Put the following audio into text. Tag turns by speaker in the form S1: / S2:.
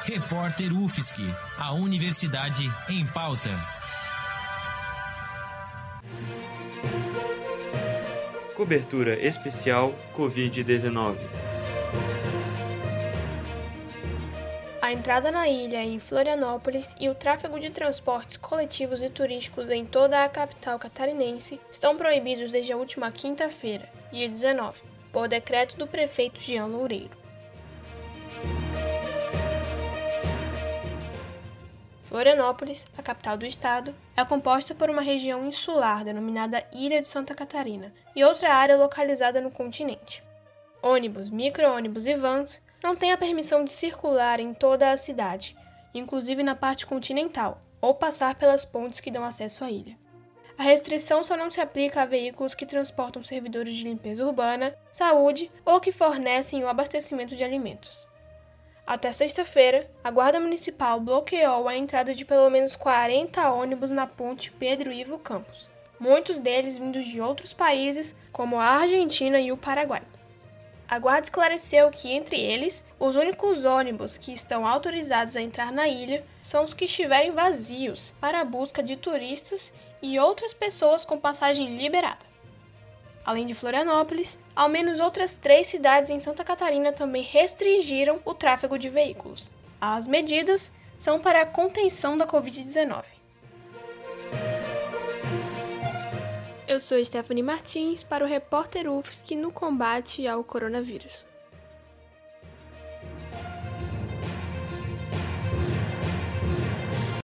S1: Repórter UFSC, a Universidade em Pauta.
S2: Cobertura especial Covid-19.
S3: A entrada na ilha em Florianópolis e o tráfego de transportes coletivos e turísticos em toda a capital catarinense estão proibidos desde a última quinta-feira, dia 19, por decreto do prefeito Jean Loureiro. Florianópolis, a capital do estado, é composta por uma região insular denominada Ilha de Santa Catarina e outra área localizada no continente. Ônibus, micro-ônibus e vans não têm a permissão de circular em toda a cidade, inclusive na parte continental, ou passar pelas pontes que dão acesso à ilha. A restrição só não se aplica a veículos que transportam servidores de limpeza urbana, saúde ou que fornecem o abastecimento de alimentos. Até sexta-feira, a Guarda Municipal bloqueou a entrada de pelo menos 40 ônibus na ponte Pedro Ivo Campos, muitos deles vindos de outros países, como a Argentina e o Paraguai. A Guarda esclareceu que, entre eles, os únicos ônibus que estão autorizados a entrar na ilha são os que estiverem vazios, para a busca de turistas e outras pessoas com passagem liberada. Além de Florianópolis, ao menos outras 3 cidades em Santa Catarina também restringiram o tráfego de veículos. As medidas são para a contenção da Covid-19. Eu sou Stephanie Martins para o Repórter UFSC no combate ao coronavírus.